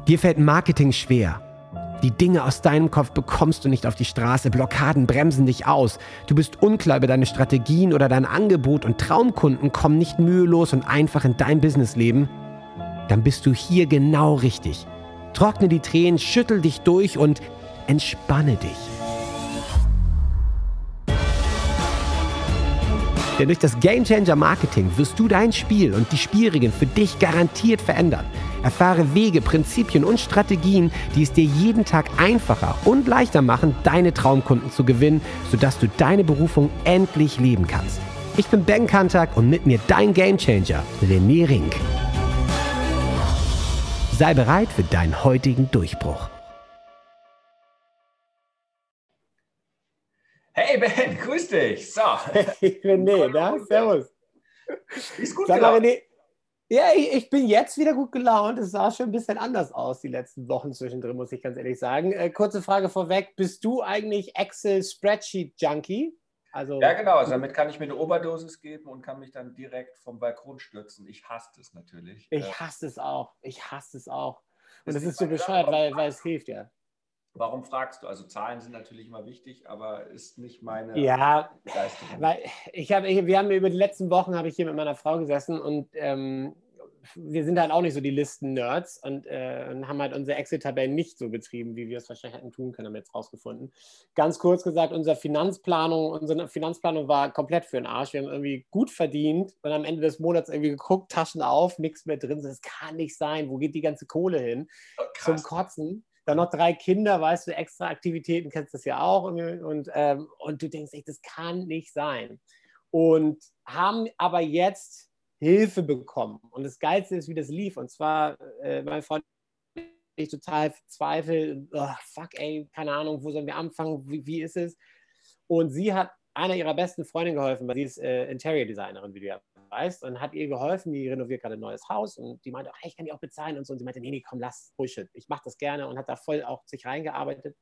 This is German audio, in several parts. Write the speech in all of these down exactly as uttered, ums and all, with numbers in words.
Dir fällt Marketing schwer. Die Dinge aus deinem Kopf bekommst du nicht auf die Straße, Blockaden bremsen dich aus. Du bist unklar über deine Strategien oder dein Angebot und Traumkunden kommen nicht mühelos und einfach in dein Businessleben. Dann bist du hier genau richtig. Trockne die Tränen, schüttel dich durch und entspanne dich. Denn durch das Gamechanger Marketing wirst du dein Spiel und die Spielregeln für dich garantiert verändern. Erfahre Wege, Prinzipien und Strategien, die es dir jeden Tag einfacher und leichter machen, deine Traumkunden zu gewinnen, sodass du deine Berufung endlich leben kannst. Ich bin Ben Kantak und mit mir dein Gamechanger, René Rink. Sei bereit für deinen heutigen Durchbruch. Hey Ben, grüß dich. So. Hey René, na? Servus. Ist gut Sag mal, gelaufen. René, ja, ich, ich bin jetzt wieder gut gelaunt. Es sah schon ein bisschen anders aus die letzten Wochen zwischendrin, muss ich ganz ehrlich sagen. Äh, kurze Frage vorweg. Bist du eigentlich Excel-Spreadsheet-Junkie? Also, Ja, genau. Also damit kann ich mir eine Oberdosis geben und kann mich dann direkt vom Balkon stürzen. Ich hasse das natürlich. ich Äh, hasse es auch. Ich hasse es auch. Und ist das nicht ist so meine Sache, bescheuert, aber weil, weil es hilft, ja. Warum fragst du? Also Zahlen sind natürlich immer wichtig, aber ist nicht meine Ja, Begeisterung. weil ich habe, wir haben über die letzten Wochen habe ich hier mit meiner Frau gesessen und ähm, wir sind halt auch nicht so die Listen-Nerds und, äh, und haben halt unsere Excel-Tabellen nicht so betrieben, wie wir es wahrscheinlich hätten tun können, haben wir jetzt rausgefunden. Ganz kurz gesagt, unsere Finanzplanung, unsere Finanzplanung war komplett für den Arsch. Wir haben irgendwie gut verdient und am Ende des Monats irgendwie geguckt, Taschen auf, nichts mehr drin. Das kann nicht sein. Wo geht die ganze Kohle hin? Oh, Zum krass. Kotzen. Dann noch drei Kinder, weißt du, extra Aktivitäten, kennst du das ja auch. Und, ähm, und du denkst echt, das kann nicht sein. Und haben aber jetzt Hilfe bekommen. Und das Geilste ist, wie das lief. Und zwar, äh, meine Freundin, ich total verzweifelt, oh, fuck ey, keine Ahnung, wo sollen wir anfangen, wie, wie ist es? Und sie hat einer ihrer besten Freundinnen geholfen, weil sie ist äh, Interior Designerin, wie du ja weißt, und hat ihr geholfen, die renoviert gerade ein neues Haus und die meinte, hey, ich kann die auch bezahlen und so. Und sie meinte, nee, nee, komm, lass, Bullshit, ich mache das gerne und hat da voll auch sich reingearbeitet.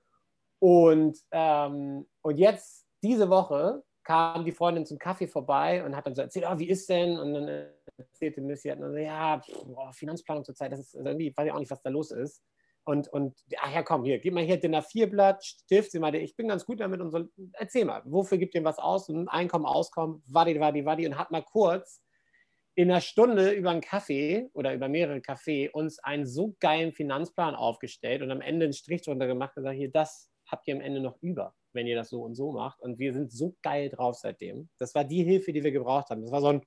Und, ähm, und jetzt, diese Woche, kam die Freundin zum Kaffee vorbei und hat dann so erzählt, oh, wie ist denn? Und dann erzählte Missy, hat dann so, ja, pff, boah, Finanzplanung zurzeit, das ist irgendwie, weiß ich auch nicht, was da los ist. Und, und ach ja, komm, hier, gib mal hier DIN A vier Blatt, Stift. Sie meinte, ich bin ganz gut damit und so, erzähl mal, wofür gibt ihr was aus? Und Einkommen, Auskommen, wadi, wadi, wadi. Und hat mal kurz in einer Stunde über einen Kaffee oder über mehrere Kaffee uns einen so geilen Finanzplan aufgestellt und am Ende einen Strich drunter gemacht und gesagt, hier, das habt ihr am Ende noch über, wenn ihr das so und so macht. Und wir sind so geil drauf seitdem. Das war die Hilfe, die wir gebraucht haben. Das war so ein,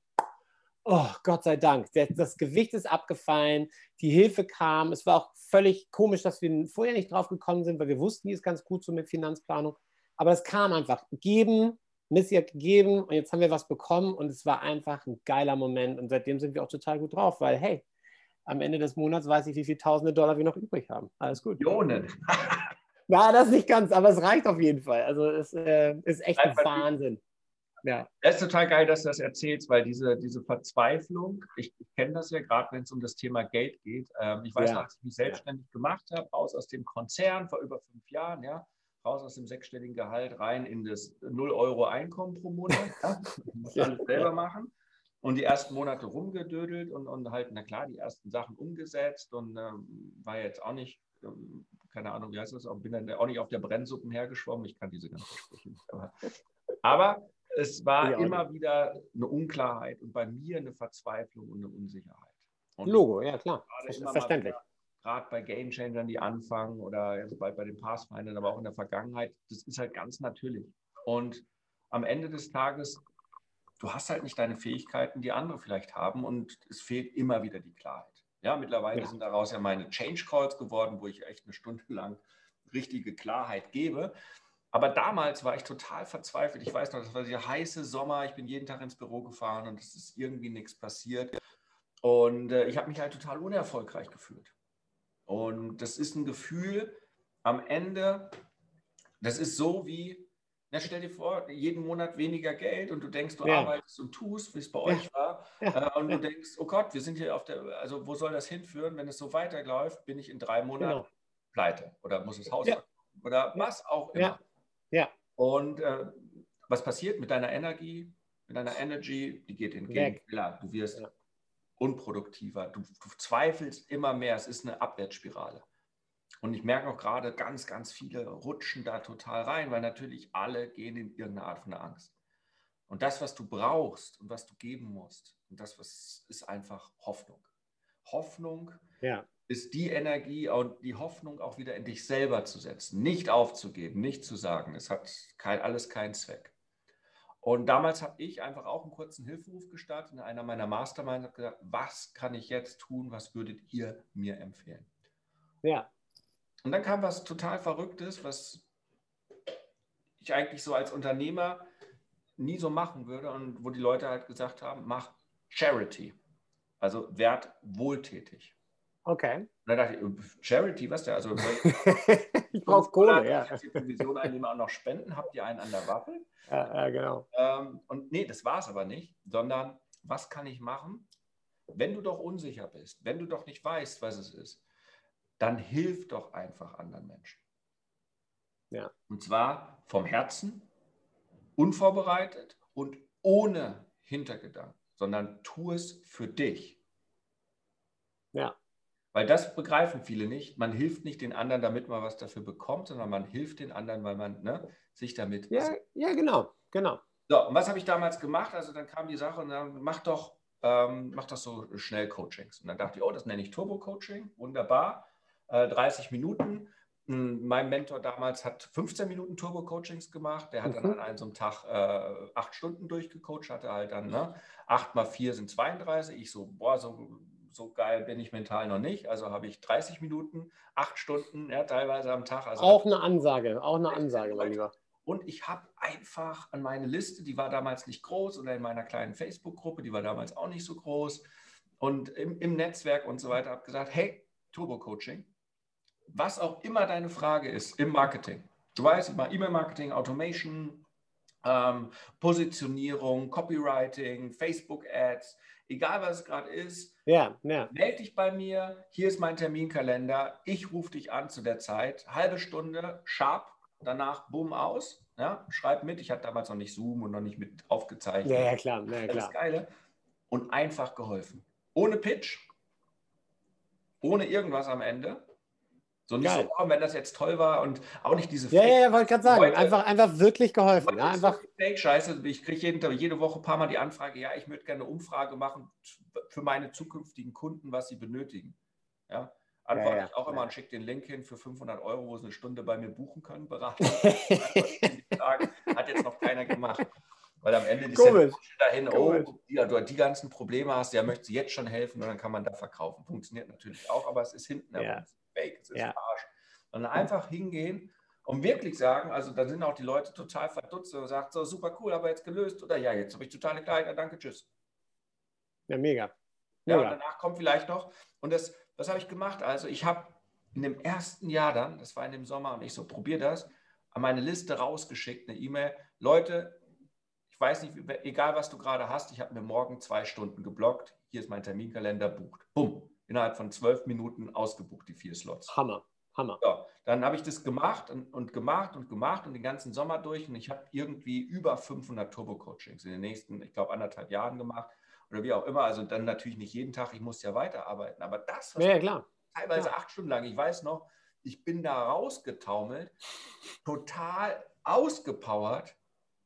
oh, Gott sei Dank. Das Gewicht ist abgefallen, die Hilfe kam. Es war auch völlig komisch, dass wir vorher nicht drauf gekommen sind, weil wir wussten, die ist ganz gut so mit Finanzplanung. Aber es kam einfach. Geben, Missy hat gegeben und jetzt haben wir was bekommen und es war einfach ein geiler Moment. Und seitdem sind wir auch total gut drauf, weil, hey, am Ende des Monats weiß ich, wie viele Tausende Dollar wir noch übrig haben. Alles gut. Millionen. Na, das nicht ganz, aber es reicht auf jeden Fall. Also es äh, ist echt ein Wahnsinn. Ja. Das ist total geil, dass du das erzählst, weil diese, diese Verzweiflung, ich, ich kenne das ja gerade, wenn es um das Thema Geld geht. Ähm, ich weiß Ja. noch, als ich mich selbstständig gemacht habe, raus aus dem Konzern vor über fünf Jahren, ja, raus aus dem sechsstelligen Gehalt, rein in das null Euro Einkommen pro Monat. Ja, ich muss alles selber machen. Und die ersten Monate rumgedödelt und, und halt, na klar, die ersten Sachen umgesetzt und ähm, war jetzt auch nicht, ähm, keine Ahnung, wie heißt das, bin dann auch nicht auf der Brennsuppen hergeschwommen. Ich kann diese ganzen Sprüche nicht. Aber, aber es war immer wieder eine Unklarheit und bei mir eine Verzweiflung und eine Unsicherheit. Und Logo, ja klar, verständlich. Gerade bei Game Changern, die anfangen oder also bei, bei den Pathfindern, aber auch in der Vergangenheit, das ist halt ganz natürlich. Und am Ende des Tages, du hast halt nicht deine Fähigkeiten, die andere vielleicht haben und es fehlt immer wieder die Klarheit. Ja, mittlerweile ja. sind daraus ja meine Change Calls geworden, wo ich echt eine Stunde lang richtige Klarheit gebe. Aber damals war ich total verzweifelt. Ich weiß noch, das war der heiße Sommer. Ich bin jeden Tag ins Büro gefahren und es ist irgendwie nichts passiert. Und äh, ich habe mich halt total unerfolgreich gefühlt. Und das ist ein Gefühl am Ende, das ist so wie, na, stell dir vor, jeden Monat weniger Geld und du denkst, du ja. arbeitest und tust, wie es bei ja. euch war. Ja. Äh, und ja. du denkst, oh Gott, wir sind hier auf der, also wo soll das hinführen? Wenn es so weiterläuft, bin ich in drei Monaten genau. pleite oder muss das Haus ja. verkaufen oder ja. was auch immer. Ja. Ja. Und äh, was passiert mit deiner Energie? Mit deiner Energy, die geht in den Keller. Du wirst ja. unproduktiver. Du, du zweifelst immer mehr. Es ist eine Abwärtsspirale. Und ich merke auch gerade, ganz, ganz viele rutschen da total rein, weil natürlich alle gehen in irgendeine Art von Angst. Und das, was du brauchst und was du geben musst, und das was ist einfach Hoffnung. Hoffnung ja. ist die Energie und die Hoffnung auch wieder in dich selber zu setzen, nicht aufzugeben, nicht zu sagen, es hat kein, alles keinen Zweck. Und damals habe ich einfach auch einen kurzen Hilferuf gestartet in einer meiner Masterminds und gesagt, was kann ich jetzt tun, was würdet ihr mir empfehlen? Ja. Und dann kam was total Verrücktes, was ich eigentlich so als Unternehmer nie so machen würde und wo die Leute halt gesagt haben, mach Charity, also werd wohltätig. Okay. Und dann dachte ich, Charity, was der? Also ich brauche Kohle, ja. Die Provision einnehmen auch noch spenden, habt ihr einen an der Waffel? Ja, ja, genau. Ähm, und nee, das war es aber nicht, sondern was kann ich machen, wenn du doch unsicher bist, wenn du doch nicht weißt, was es ist, dann hilf doch einfach anderen Menschen. Ja. Und zwar vom Herzen, unvorbereitet und ohne Hintergedanken, sondern tu es für dich. Ja. Weil das begreifen viele nicht. Man hilft nicht den anderen, damit man was dafür bekommt, sondern man hilft den anderen, weil man ne, sich damit... Ja, ja, genau, genau. So, und was habe ich damals gemacht? Also dann kam die Sache und dann mach doch, ähm, mach doch so Schnell-Coachings. Und dann dachte ich, oh, das nenne ich Turbo-Coaching, wunderbar, äh, dreißig Minuten. Mein Mentor damals hat fünfzehn Minuten Turbo-Coachings gemacht. Der hat dann Mhm. an einem so einem Tag äh, acht Stunden durchgecoacht, hatte halt dann, ne, acht mal vier sind zweiunddreißig. Ich so, boah, so, so geil bin ich mental noch nicht. Also habe ich dreißig Minuten, acht Stunden, ja, teilweise am Tag. Also auch eine Ansage, auch eine Ansage, mein Lieber. Und ich habe einfach an meine Liste, die war damals nicht groß, oder in meiner kleinen Facebook-Gruppe, die war damals auch nicht so groß, und im, im Netzwerk und so weiter, habe gesagt, hey, Turbo-Coaching, was auch immer deine Frage ist im Marketing. Du weißt, ich mache E-Mail-Marketing, Automation, ähm, Positionierung, Copywriting, Facebook-Ads, egal was es gerade ist. Ja, ja. Melde dich bei mir, hier ist mein Terminkalender, ich rufe dich an zu der Zeit, halbe Stunde, sharp, danach bumm aus, ja, schreib mit, ich hatte damals noch nicht Zoom und noch nicht mit aufgezeichnet. Ja, ja, klar, ja, klar. Das Geile. Und einfach geholfen. Ohne Pitch, ohne irgendwas am Ende. So nicht Geil. so, oh, wenn das jetzt toll war und auch nicht diese Ja, ja, ja, wollte gerade sagen, Leute, einfach, einfach wirklich geholfen. Ja, einfach. Fake-Scheiße. Ich kriege jede, jede Woche ein paar Mal die Anfrage, ja, ich möchte gerne eine Umfrage machen für meine zukünftigen Kunden, was sie benötigen. Ja, antworte Ja, ja, ich auch ja. immer und schicke den Link hin für fünfhundert Euro, wo sie eine Stunde bei mir buchen können, beraten. Hat jetzt noch keiner gemacht. Weil am Ende ist ja dahin, oh, die, du die ganzen Probleme hast, ja, möchtest du jetzt schon helfen und dann kann man da verkaufen. Funktioniert natürlich auch, aber es ist hinten Ja. fake, es ist Ja. Arsch. Und einfach hingehen und wirklich sagen, also da sind auch die Leute total verdutzt und sagen, so super cool, aber jetzt gelöst oder ja, jetzt habe ich totale Klarheit, danke, tschüss. Ja, mega. Ja, mega. und danach kommt vielleicht noch, und das, was habe ich gemacht? Also ich habe in dem ersten Jahr dann, das war in dem Sommer und ich so, probier das, an meine Liste rausgeschickt, eine E-Mail, Leute, ich weiß nicht, egal was du gerade hast, ich habe mir morgen zwei Stunden geblockt, hier ist mein Terminkalender, bucht. Bumm, innerhalb von zwölf Minuten ausgebucht, die vier Slots. Hammer, Hammer. So, dann habe ich das gemacht und, und gemacht und gemacht und den ganzen Sommer durch und ich habe irgendwie über fünfhundert Turbo-Coachings in den nächsten, ich glaube, anderthalb Jahren gemacht oder wie auch immer. Also dann natürlich nicht jeden Tag, ich muss ja weiterarbeiten, aber das, was Ja, ja, klar. teilweise klar. acht Stunden lang, ich weiß noch, ich bin da rausgetaumelt, total ausgepowert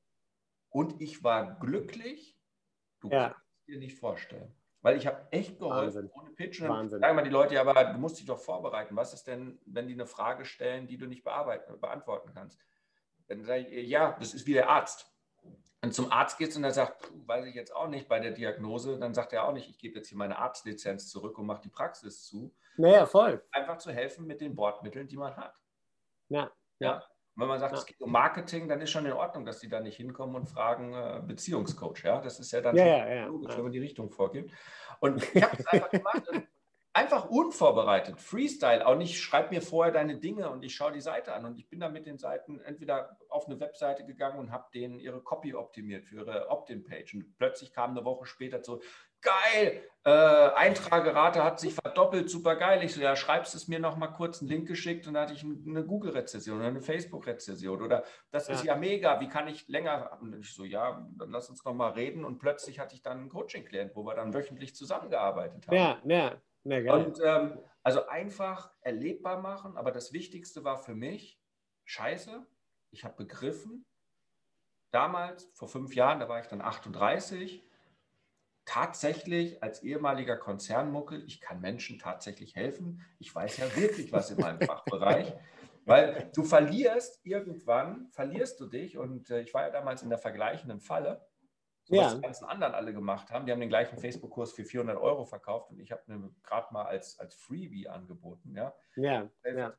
und ich war glücklich, du Ja. kannst es dir nicht vorstellen. Weil ich habe echt geholfen, Wahnsinn. ohne Pitch. Und dann Wahnsinn. sagen mal die Leute, ja, aber du musst dich doch vorbereiten. Was ist denn, wenn die eine Frage stellen, die du nicht bearbeiten, beantworten kannst? Dann sage ich, ja, das ist wie der Arzt. Und zum Arzt gehst und er sagt, puh, weiß ich jetzt auch nicht bei der Diagnose, dann sagt er auch nicht, ich gebe jetzt hier meine Arztlizenz zurück und mache die Praxis zu. Naja, voll. Einfach zu helfen mit den Bordmitteln, die man hat. Ja, Ja. ja. Und wenn man sagt, Ja. es geht um Marketing, dann ist schon in Ordnung, dass die da nicht hinkommen und fragen, äh, Beziehungscoach. Ja, das ist ja dann Ja, schon ja, ja, logisch, ja. wenn man die Richtung vorgibt. Und ich habe es einfach gemacht. Und einfach unvorbereitet, Freestyle, auch nicht, schreib mir vorher deine Dinge und ich schaue die Seite an. Und ich bin dann mit den Seiten entweder auf eine Webseite gegangen und habe denen ihre Copy optimiert für ihre Opt-in-Page. Und plötzlich kam eine Woche später so, geil, äh, Eintragerate hat sich verdoppelt, super geil. Ich so, ja, schreibst es mir noch mal kurz, einen Link geschickt und dann hatte ich eine Google-Rezession oder eine Facebook-Rezession oder das ist ja mega, wie kann ich länger, und ich so, ja, dann lass uns noch mal reden und plötzlich hatte ich dann einen Coaching-Klient, wo wir dann wöchentlich zusammengearbeitet haben. Ja, ja, ja, geil. Und ähm, also einfach erlebbar machen, aber das Wichtigste war für mich, scheiße, ich habe begriffen, damals, vor fünf Jahren, da war ich dann achtunddreißig, tatsächlich als ehemaliger Konzernmuckel, ich kann Menschen tatsächlich helfen. Ich weiß ja wirklich was in meinem Fachbereich, weil du verlierst irgendwann, verlierst du dich und äh, ich war ja damals in der vergleichenden Falle, so was Ja. die ganzen anderen alle gemacht haben. Die haben den gleichen Facebook-Kurs für vierhundert Euro verkauft und ich habe mir gerade mal als, als Freebie angeboten. Ja. Ja, ja.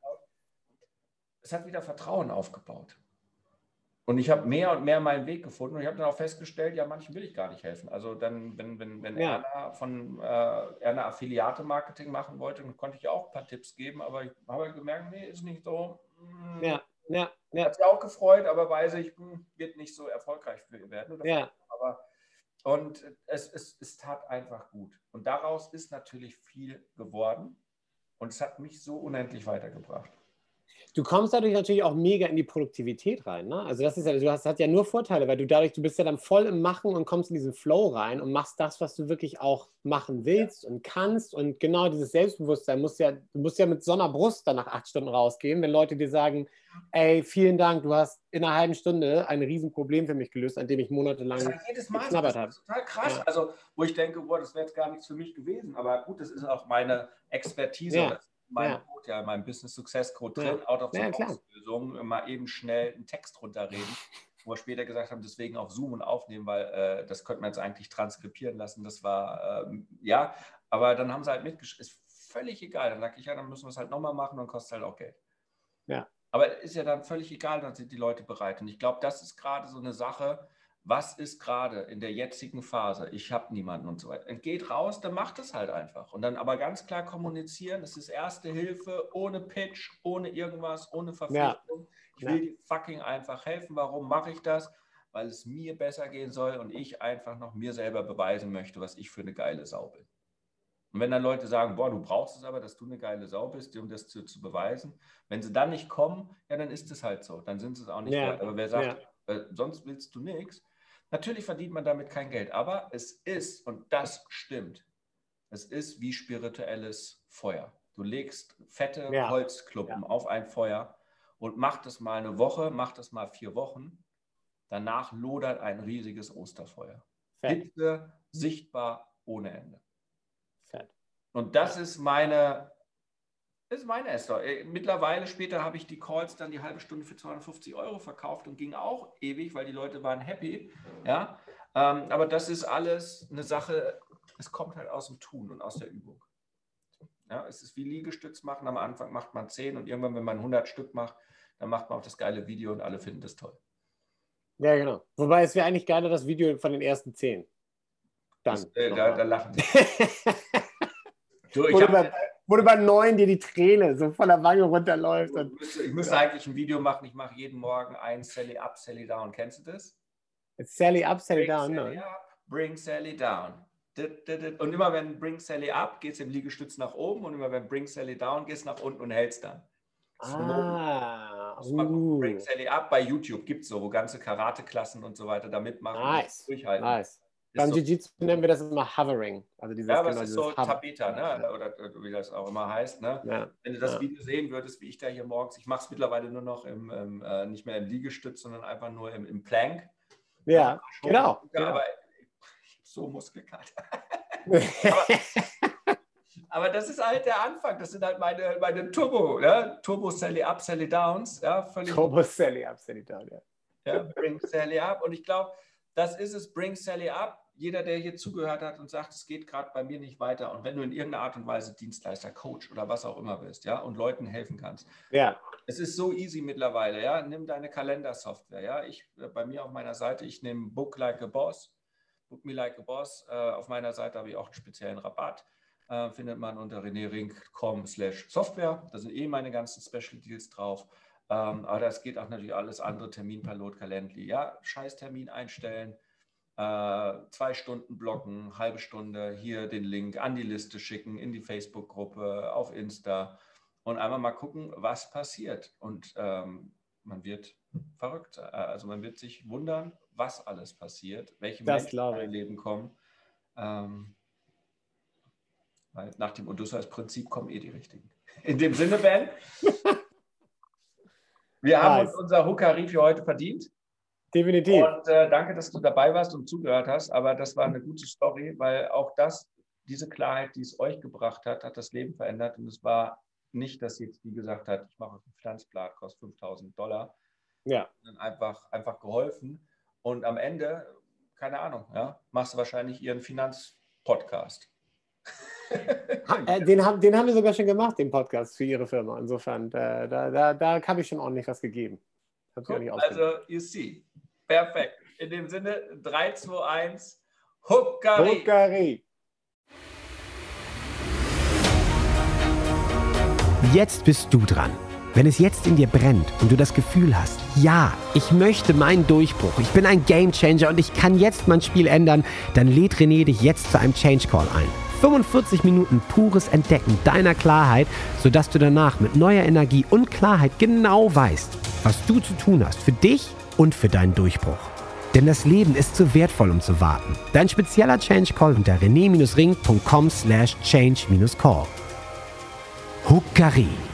Es hat wieder Vertrauen aufgebaut. Und ich habe mehr und mehr meinen Weg gefunden und ich habe dann auch festgestellt, ja, manchen will ich gar nicht helfen. Also dann, wenn, wenn, wenn Ja. Erna von äh, Erna Affiliate-Marketing machen wollte, dann konnte ich auch ein paar Tipps geben, aber ich habe gemerkt, nee, ist nicht so. Mh, Ja, ja, ja. Hat sich auch gefreut, aber weiß ich, mh, wird nicht so erfolgreich für werden. Oder Ja. aber, und es, es, es tat einfach gut. Und daraus ist natürlich viel geworden und es hat mich so unendlich weitergebracht. Du kommst dadurch natürlich auch mega in die Produktivität rein. Ne? Also das ist ja, du hast, hast ja nur Vorteile, weil du dadurch, du bist ja dann voll im Machen und kommst in diesen Flow rein und machst das, was du wirklich auch machen willst und kannst. Und genau dieses Selbstbewusstsein musst ja, du musst ja mit so einer Brust dann nach acht Stunden rausgehen, wenn Leute dir sagen, ey, vielen Dank, du hast in einer halben Stunde ein Riesenproblem für mich gelöst, an dem ich monatelang das heißt, jedes Mal geknabbert das habe. ist total krass. Ja. Also, wo ich denke, boah, das wäre jetzt gar nichts für mich gewesen. Aber gut, das ist auch meine Expertise. Ja. Das ist mein Ja. Code, ja, mein Business Success Code Ja. drin, out of the Ja, box klar. Lösung, mal eben schnell einen Text runterreden, wo wir später gesagt haben, deswegen auf Zoom und aufnehmen, weil äh, das könnte man jetzt eigentlich transkribieren lassen. Das war, ähm, ja, aber dann haben sie halt mitgeschrieben, ist völlig egal. Dann sage ich, ja, dann müssen wir es halt nochmal machen und kostet halt auch Geld. Ja. Aber ist ja dann völlig egal, dann sind die Leute bereit. Und ich glaube, das ist gerade so eine Sache, was ist gerade in der jetzigen Phase? Ich habe niemanden und so weiter. Geht raus, dann macht es halt einfach. Und dann aber ganz klar kommunizieren, es ist erste Hilfe, ohne Pitch, ohne irgendwas, ohne Verpflichtung. Ich will Ja. dir fucking einfach helfen. Warum mache ich das? Weil es mir besser gehen soll und ich einfach noch mir selber beweisen möchte, was ich für eine geile Sau bin. Und wenn dann Leute sagen, boah, du brauchst es aber, dass du eine geile Sau bist, um das zu, zu beweisen, wenn sie dann nicht kommen, ja, dann ist es halt so. Dann sind sie es auch nicht Ja. wert. Aber wer sagt, äh, sonst willst du nichts, natürlich verdient man damit kein Geld. Aber es ist, und das stimmt, es ist wie spirituelles Feuer. Du legst fette Ja. Holzkluppen Ja. auf ein Feuer und mach das mal eine Woche, mach das mal vier Wochen. Danach lodert ein riesiges Osterfeuer. Fett. Hitze sichtbar ohne Ende. Fett. Und das ist meine, das ist meine Story. Mittlerweile später habe ich die Calls dann die halbe Stunde für zweihundertfünfzig Euro verkauft und ging auch ewig, weil die Leute waren happy. Ja? Ähm, aber das ist alles eine Sache, es kommt halt aus dem Tun und aus der Übung. Ja? Es ist wie Liegestütz machen. Am Anfang macht man zehn und irgendwann, wenn man hundert Stück macht, dann macht man auch das geile Video und alle finden das toll. Ja, genau. Wobei es wäre eigentlich geiler, das Video von den ersten zehn. Dann. Das, äh, da, da lachen die. Du, ich Wo, du hab, bei, wo du bei neun dir die Träne so von der Wange runterläuft. Und, ich müsste, ich müsste eigentlich ein Video machen. Ich mache jeden Morgen ein Sally Up, Sally Down. Kennst du das? Sally up, Sally Bring down. Sally Ne? up, bring Sally down. Und immer wenn Bring Sally up, geht es im Liegestütz nach oben und immer wenn Bring Sally down, geht es nach unten und hältst dann. Ah, Uh. Bring uh. Sally up bei YouTube gibt es so, wo ganze Karate-Klassen und so weiter da mitmachen. Nice, Durchhalten. nice. Ist Beim so. Jiu-Jitsu nennen wir das immer Hovering. Also dieses, Ja, aber genau, es ist so dieses Hover. Tabeta, ne? Oder wie das auch immer heißt. Ne? Ja, Wenn du das ja. Video sehen würdest, wie ich da hier morgens, ich mache es mittlerweile nur noch im, im äh, nicht mehr im Liegestütz, sondern einfach nur im, im Plank. Ja, genau. Ja, genau. aber ich habe so Muskelkater. aber, aber das ist halt der Anfang. Das sind halt meine, meine Turbo, ja? Turbo Sally Up, Sally Downs. Ja, völlig. Turbo Sally up, Sally down, ja. Ja, Bring Sally Up. Und ich glaube, das ist es, Bring Sally Up. Jeder, der hier zugehört hat und sagt, es geht gerade bei mir nicht weiter. Und wenn du in irgendeiner Art und Weise Dienstleister, Coach oder was auch immer bist, ja, und Leuten helfen kannst. Ja. Es ist so easy mittlerweile, ja. Nimm deine Kalendersoftware, ja. Ich, bei mir auf meiner Seite, ich nehme Book Like a Boss, Book Me Like a Boss. Äh, auf meiner Seite habe ich auch einen speziellen Rabatt. Äh, findet man unter renering punkt com slash software. Da sind eh meine ganzen Special Deals drauf. Ähm, aber das geht auch natürlich alles andere, Terminpilot, Calendly, ja. Scheiß Termin einstellen. äh, zwei Stunden blocken, halbe Stunde, hier den Link an die Liste schicken, in die Facebook-Gruppe, auf Insta und einmal mal gucken, was passiert. Und ähm, man wird verrückt. Also man wird sich wundern, was alles passiert, welche Das Menschen in glaube dein ich. Leben kommen. Ähm, weil nach dem Odysseus-Prinzip kommen eh die Richtigen. In dem Sinne, Ben, wir haben Nice. uns unser Huckari für heute verdient. Definitiv. Und äh, danke, dass du dabei warst und zugehört hast. Aber das war eine gute Story, weil auch das, diese Klarheit, die es euch gebracht hat, hat das Leben verändert. Und es war nicht, dass jetzt die gesagt hat, ich mache ein Finanzblatt, kostet fünftausend Dollar. Ja. Dann einfach, einfach geholfen. Und am Ende, keine Ahnung, ja, machst du wahrscheinlich ihren Finanzpodcast. Äh, den, haben, den haben wir sogar schon gemacht, den Podcast für Ihre Firma. Insofern, da, da, da, da habe ich schon ordentlich was gegeben. Hab ich auch nicht ausgegeben. Also, you see. Perfekt. In dem Sinne, drei, zwei, eins, Huckari. Huckari. Jetzt bist du dran. Wenn es jetzt in dir brennt und du das Gefühl hast, ja, ich möchte meinen Durchbruch, ich bin ein Gamechanger und ich kann jetzt mein Spiel ändern, dann lädt René dich jetzt zu einem Change Call ein. fünfundvierzig Minuten pures Entdecken deiner Klarheit, sodass du danach mit neuer Energie und Klarheit genau weißt, was du zu tun hast für dich und für deinen Durchbruch. Denn das Leben ist zu wertvoll, um zu warten. Dein spezieller Change Call unter rené ring punkt com slash change call. Huckari.